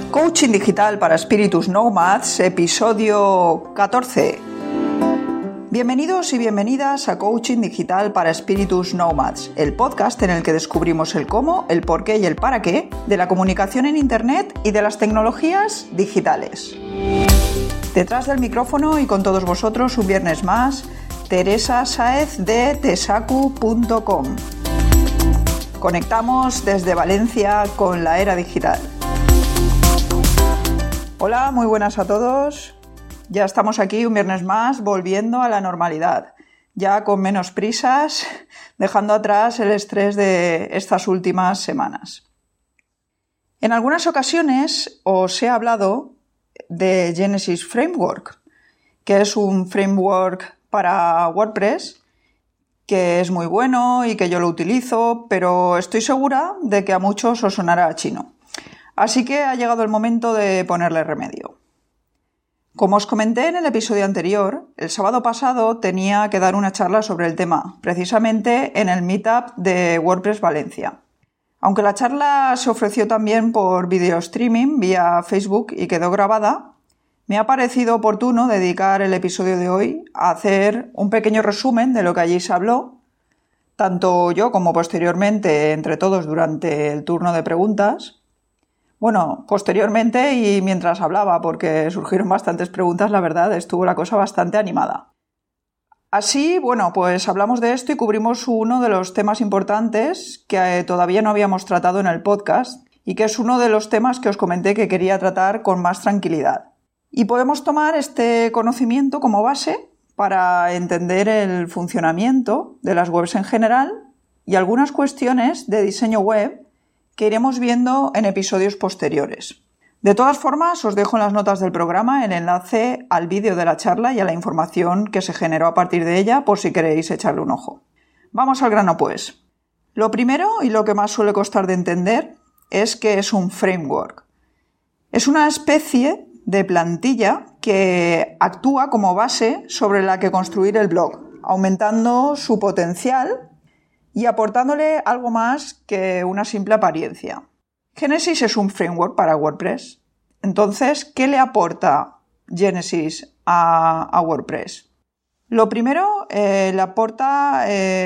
Coaching digital para espíritus nómadas, episodio 14. Bienvenidos y bienvenidas a Coaching digital para espíritus nómadas, el podcast en el que descubrimos el cómo, el por qué y el para qué de la comunicación en Internet y de las tecnologías digitales. Detrás del micrófono y con todos vosotros un viernes más, Teresa Sáez de tesacu.com. Conectamos desde Valencia con la era digital. Hola, muy buenas a todos. Ya estamos aquí un viernes más, volviendo a la normalidad, ya con menos prisas, dejando atrás el estrés de estas últimas semanas. En algunas ocasiones os he hablado de Genesis Framework, que es un framework para WordPress que es muy bueno y que yo lo utilizo, pero estoy segura de que a muchos os sonará a chino. Así que ha llegado el momento de ponerle remedio. Como os comenté en el episodio anterior, el sábado pasado tenía que dar una charla sobre el tema, precisamente en el Meetup de WordPress Valencia. Aunque la charla se ofreció también por video streaming vía Facebook y quedó grabada, me ha parecido oportuno dedicar el episodio de hoy a hacer un pequeño resumen de lo que allí se habló, tanto yo como posteriormente entre todos durante el turno de preguntas. Bueno, posteriormente y mientras hablaba, porque surgieron bastantes preguntas, la verdad, estuvo la cosa bastante animada. Así, bueno, pues hablamos de esto y cubrimos uno de los temas importantes que todavía no habíamos tratado en el podcast y que es uno de los temas que os comenté que quería tratar con más tranquilidad. Y podemos tomar este conocimiento como base para entender el funcionamiento de las webs en general y algunas cuestiones de diseño web que iremos viendo en episodios posteriores. De todas formas, os dejo en las notas del programa el enlace al vídeo de la charla y a la información que se generó a partir de ella por si queréis echarle un ojo. Vamos al grano pues. Lo primero y lo que más suele costar de entender es que es un framework. Es una especie de plantilla que actúa como base sobre la que construir el blog, aumentando su potencial y aportándole algo más que una simple apariencia. Genesis es un framework para WordPress. Entonces, ¿qué le aporta Genesis a WordPress? Lo primero, le aporta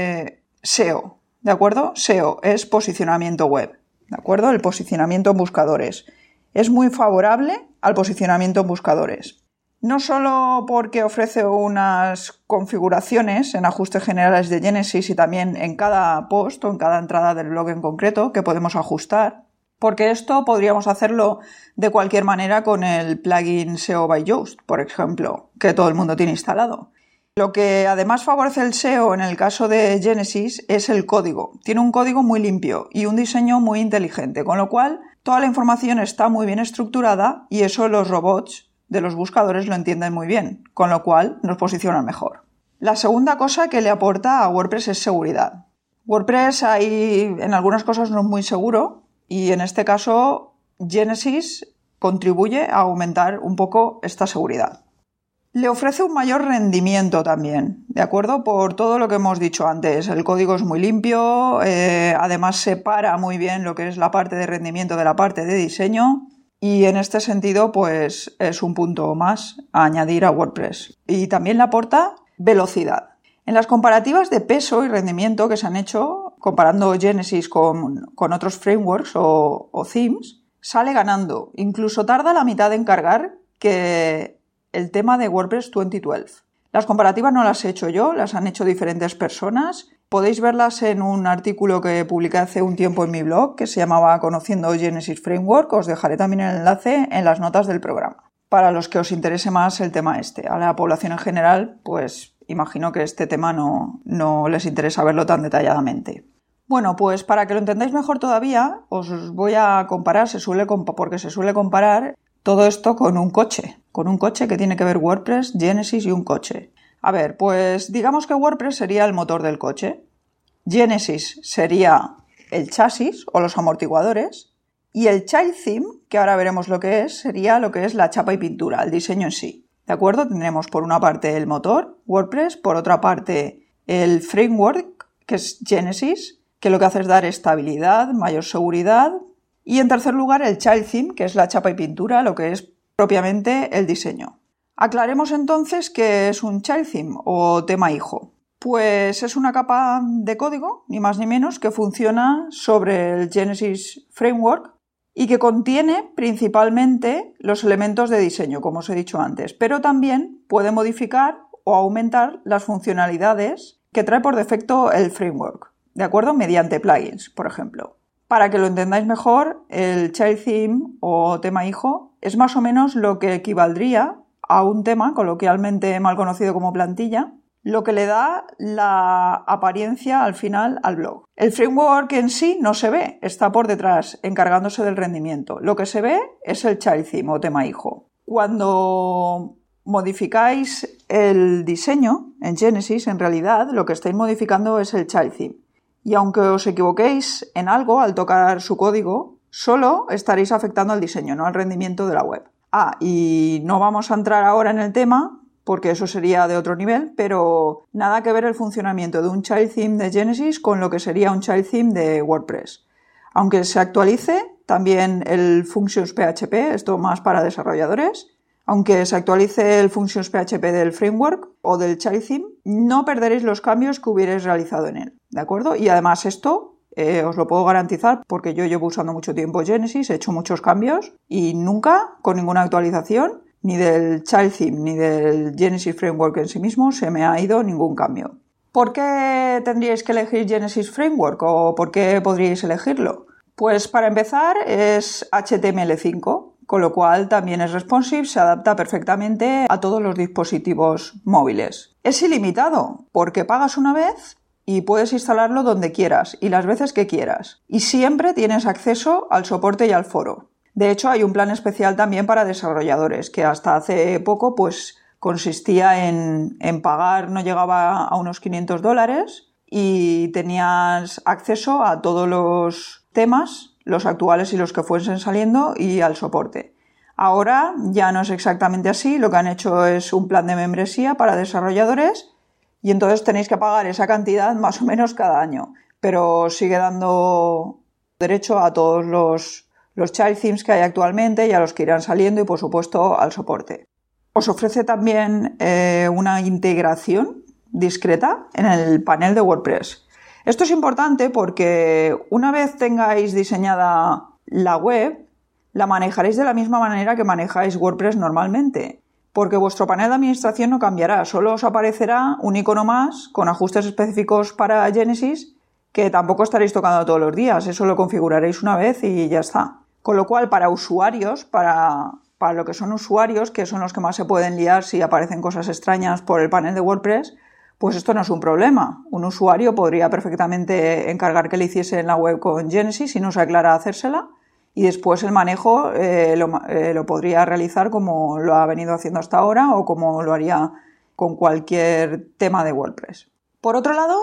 SEO, ¿de acuerdo? SEO es posicionamiento web, ¿de acuerdo? El posicionamiento en buscadores. Es muy favorable al posicionamiento en buscadores. No solo porque ofrece unas configuraciones en ajustes generales de Genesis y también en cada post o en cada entrada del blog en concreto que podemos ajustar, porque esto podríamos hacerlo de cualquier manera con el plugin SEO by Yoast, por ejemplo, que todo el mundo tiene instalado. Lo que además favorece el SEO en el caso de Genesis es el código. Tiene un código muy limpio y un diseño muy inteligente, con lo cual toda la información está muy bien estructurada y eso los robots de los buscadores lo entienden muy bien, con lo cual nos posicionan mejor. La segunda cosa que le aporta a WordPress es seguridad. WordPress ahí en algunas cosas no es muy seguro y en este caso Genesis contribuye a aumentar un poco esta seguridad. Le ofrece un mayor rendimiento también, ¿de acuerdo? Por todo lo que hemos dicho antes. El código es muy limpio, además separa muy bien lo que es la parte de rendimiento de la parte de diseño. Y en este sentido, pues es un punto más a añadir a WordPress. Y también le aporta velocidad. En las comparativas de peso y rendimiento que se han hecho, comparando Genesis con otros frameworks o themes, sale ganando. Incluso tarda la mitad en cargar que el tema de WordPress 2012. Las comparativas no las he hecho yo, las han hecho diferentes personas. Podéis verlas en un artículo que publiqué hace un tiempo en mi blog que se llamaba Conociendo Genesis Framework. Os dejaré también el enlace en las notas del programa. Para los que os interese más el tema este. A la población en general, pues imagino que este tema no les interesa verlo tan detalladamente. Bueno, pues para que lo entendáis mejor todavía, os voy a comparar, porque se suele comparar todo esto con un coche que tiene que ver WordPress, Genesis y un coche. A ver, pues digamos que WordPress sería el motor del coche, Genesis sería el chasis o los amortiguadores y el child theme, que ahora veremos lo que es, sería lo que es la chapa y pintura, el diseño en sí. ¿De acuerdo? Tendremos por una parte el motor, WordPress, por otra parte el framework, que es Genesis, que lo que hace es dar estabilidad, mayor seguridad Y en tercer lugar, el child theme, que es la chapa y pintura, lo que es propiamente el diseño. Aclaremos entonces qué es un child theme o tema hijo. Pues es una capa de código, ni más ni menos, que funciona sobre el Genesis Framework y que contiene principalmente los elementos de diseño, como os he dicho antes, pero también puede modificar o aumentar las funcionalidades que trae por defecto el framework, ¿de acuerdo? Mediante plugins, por ejemplo. Para que lo entendáis mejor, el child theme o tema hijo es más o menos lo que equivaldría a un tema coloquialmente mal conocido como plantilla, lo que le da la apariencia al final al blog. El framework en sí no se ve, está por detrás encargándose del rendimiento. Lo que se ve es el child theme o tema hijo. Cuando modificáis el diseño en Genesis, en realidad lo que estáis modificando es el child theme. Y aunque os equivoquéis en algo al tocar su código, solo estaréis afectando al diseño, no al rendimiento de la web. Y no vamos a entrar ahora en el tema, porque eso sería de otro nivel, pero nada que ver el funcionamiento de un child theme de Genesis con lo que sería un child theme de WordPress. Aunque se actualice también el Functions PHP, esto más para desarrolladores, aunque se actualice el Functions PHP del framework o del child theme, no perderéis los cambios que hubierais realizado en él, ¿de acuerdo? Y además esto os lo puedo garantizar porque yo llevo usando mucho tiempo Genesis, he hecho muchos cambios y nunca con ninguna actualización ni del child theme ni del Genesis Framework en sí mismo se me ha ido ningún cambio. ¿Por qué tendríais que elegir Genesis Framework o por qué podríais elegirlo? Pues para empezar es HTML5, con lo cual también es responsive, se adapta perfectamente a todos los dispositivos móviles. Es ilimitado porque pagas una vez y puedes instalarlo donde quieras y las veces que quieras. Y siempre tienes acceso al soporte y al foro. De hecho, hay un plan especial también para desarrolladores, que hasta hace poco pues consistía en pagar, no llegaba a unos $500 y tenías acceso a todos los temas, los actuales y los que fuesen saliendo, y al soporte. Ahora ya no es exactamente así, lo que han hecho es un plan de membresía para desarrolladores y entonces tenéis que pagar esa cantidad más o menos cada año, pero sigue dando derecho a todos los child themes que hay actualmente y a los que irán saliendo y por supuesto al soporte. Os ofrece también una integración discreta en el panel de WordPress. Esto es importante porque una vez tengáis diseñada la web, la manejaréis de la misma manera que manejáis WordPress normalmente, porque vuestro panel de administración no cambiará, solo os aparecerá un icono más con ajustes específicos para Genesis que tampoco estaréis tocando todos los días, eso lo configuraréis una vez y ya está. Con lo cual, para usuarios, para lo que son usuarios, que son los que más se pueden liar si aparecen cosas extrañas por el panel de WordPress, pues esto no es un problema. Un usuario podría perfectamente encargar que le hiciese en la web con Genesis y no se aclara hacérsela, y después el manejo lo podría realizar como lo ha venido haciendo hasta ahora o como lo haría con cualquier tema de WordPress. Por otro lado,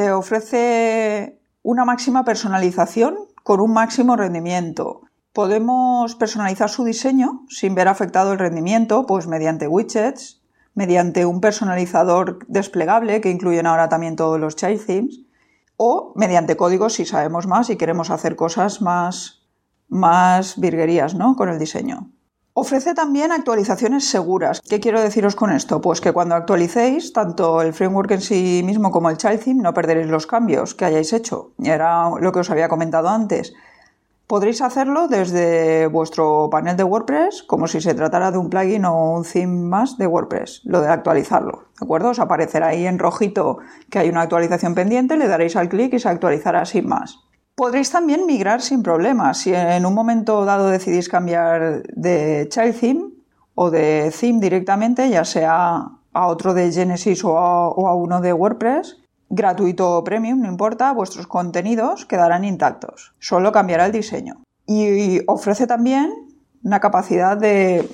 ofrece una máxima personalización con un máximo rendimiento. Podemos personalizar su diseño sin ver afectado el rendimiento, pues mediante widgets, mediante un personalizador desplegable que incluyen ahora también todos los child themes, o mediante códigos si sabemos más y queremos hacer cosas más virguerías, ¿no?, con el diseño. Ofrece también actualizaciones seguras. ¿Qué quiero deciros con esto? Pues que cuando actualicéis, tanto el framework en sí mismo como el child theme, no perderéis los cambios que hayáis hecho. Era lo que os había comentado antes. Podréis hacerlo desde vuestro panel de WordPress, como si se tratara de un plugin o un theme más de WordPress, lo de actualizarlo, ¿de acuerdo? Os aparecerá ahí en rojito que hay una actualización pendiente, le daréis al clic y se actualizará sin más. Podréis también migrar sin problemas. Si en un momento dado decidís cambiar de child theme o de theme directamente, ya sea a otro de Genesis o a uno de WordPress, gratuito o premium, no importa, vuestros contenidos quedarán intactos. Solo cambiará el diseño. Y ofrece también una capacidad de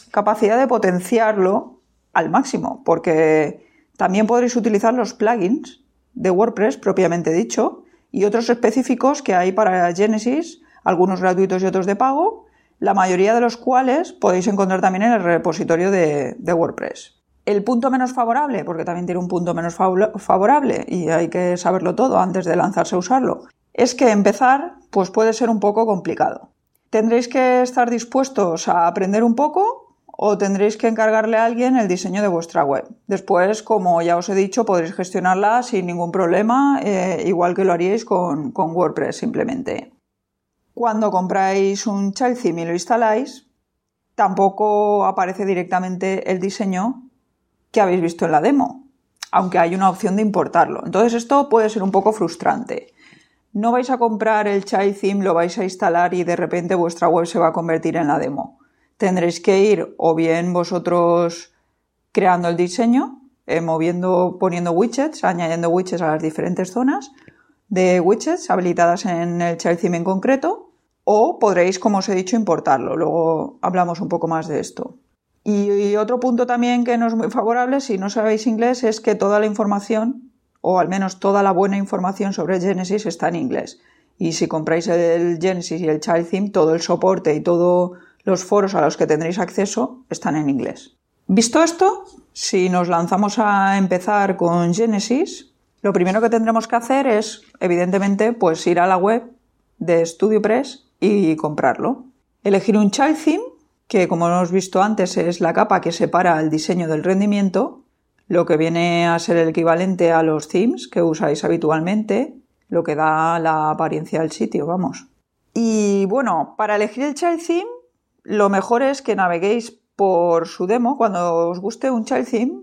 potenciarlo al máximo, porque también podréis utilizar los plugins de WordPress propiamente dicho, y otros específicos que hay para Genesis, algunos gratuitos y otros de pago, la mayoría de los cuales podéis encontrar también en el repositorio de WordPress. El punto menos favorable, porque también tiene un punto menos favorable y hay que saberlo todo antes de lanzarse a usarlo, es que empezar pues puede ser un poco complicado. Tendréis que estar dispuestos a aprender un poco o tendréis que encargarle a alguien el diseño de vuestra web. Después, como ya os he dicho, podréis gestionarla sin ningún problema, igual que lo haríais con WordPress simplemente. Cuando compráis un child theme y lo instaláis, tampoco aparece directamente el diseño que habéis visto en la demo, aunque hay una opción de importarlo. Entonces esto puede ser un poco frustrante. No vais a comprar el child theme, lo vais a instalar y de repente vuestra web se va a convertir en la demo. Tendréis que ir o bien vosotros creando el diseño, poniendo widgets, añadiendo widgets a las diferentes zonas de widgets habilitadas en el child theme en concreto, o podréis, como os he dicho, importarlo. Luego hablamos un poco más de esto. Y otro punto también que no es muy favorable, si no sabéis inglés, es que toda la información, o al menos toda la buena información sobre Genesis está en inglés. Y si compráis el Genesis y el child theme, todo el soporte y todos los foros a los que tendréis acceso están en inglés. Visto esto, si nos lanzamos a empezar con Genesis, lo primero que tendremos que hacer es, evidentemente, pues ir a la web de StudioPress y comprarlo. Elegir un child theme, que como hemos visto antes es la capa que separa el diseño del rendimiento, lo que viene a ser el equivalente a los themes que usáis habitualmente, lo que da la apariencia del sitio, vamos. Y bueno, para elegir el child theme, lo mejor es que naveguéis por su demo. Cuando os guste un child theme,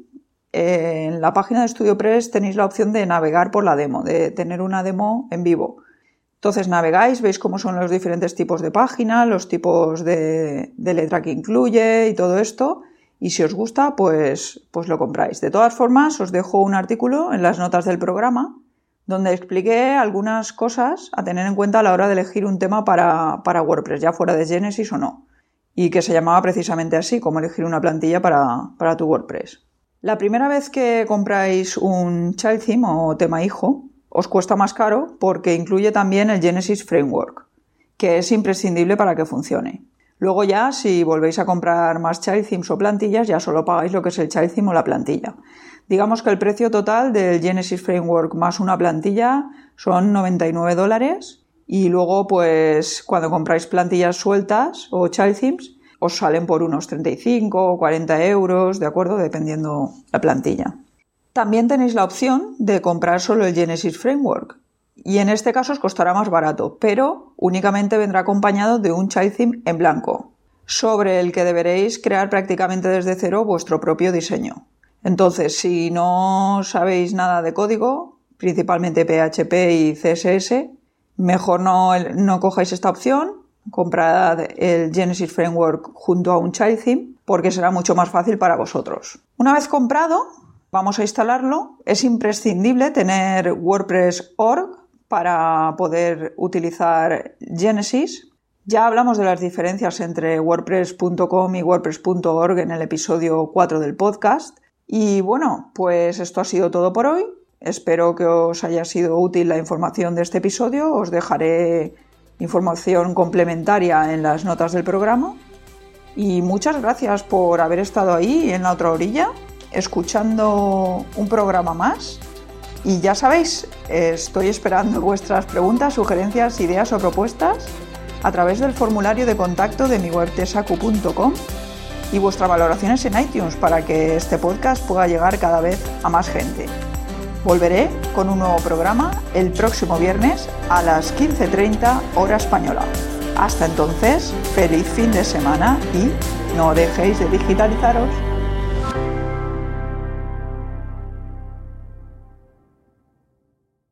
en la página de StudioPress tenéis la opción de navegar por la demo, de tener una demo en vivo. Entonces navegáis, veis cómo son los diferentes tipos de página, los tipos de letra que incluye y todo esto. Y si os gusta, pues lo compráis. De todas formas, os dejo un artículo en las notas del programa donde expliqué algunas cosas a tener en cuenta a la hora de elegir un tema para WordPress, ya fuera de Genesis o no. Y que se llamaba precisamente así, cómo elegir una plantilla para tu WordPress. La primera vez que compráis un child theme o tema hijo, os cuesta más caro porque incluye también el Genesis Framework, que es imprescindible para que funcione. Luego ya, si volvéis a comprar más child themes o plantillas, ya solo pagáis lo que es el child theme o la plantilla. Digamos que el precio total del Genesis Framework más una plantilla son $99 y luego pues cuando compráis plantillas sueltas o child themes os salen por unos 35 o 40 euros, ¿de acuerdo? Dependiendo la plantilla. También tenéis la opción de comprar solo el Genesis Framework y en este caso os costará más barato, pero únicamente vendrá acompañado de un child theme en blanco, sobre el que deberéis crear prácticamente desde cero vuestro propio diseño. Entonces, si no sabéis nada de código, principalmente PHP y CSS, mejor no cojáis esta opción, comprad el Genesis Framework junto a un child theme porque será mucho más fácil para vosotros. Una vez comprado, vamos a instalarlo. Es imprescindible tener WordPress.org para poder utilizar Genesis. Ya hablamos de las diferencias entre WordPress.com y WordPress.org en el episodio 4 del podcast. Y bueno, pues esto ha sido todo por hoy. Espero que os haya sido útil la información de este episodio. Os dejaré información complementaria en las notas del programa. Y muchas gracias por haber estado ahí en la otra orilla, escuchando un programa más. Y ya sabéis, estoy esperando vuestras preguntas, sugerencias, ideas o propuestas a través del formulario de contacto de mi web tesacu.com y vuestras valoraciones en iTunes para que este podcast pueda llegar cada vez a más gente. Volveré con un nuevo programa el próximo viernes a las 15:30 hora española. Hasta entonces, feliz fin de semana y no dejéis de digitalizaros.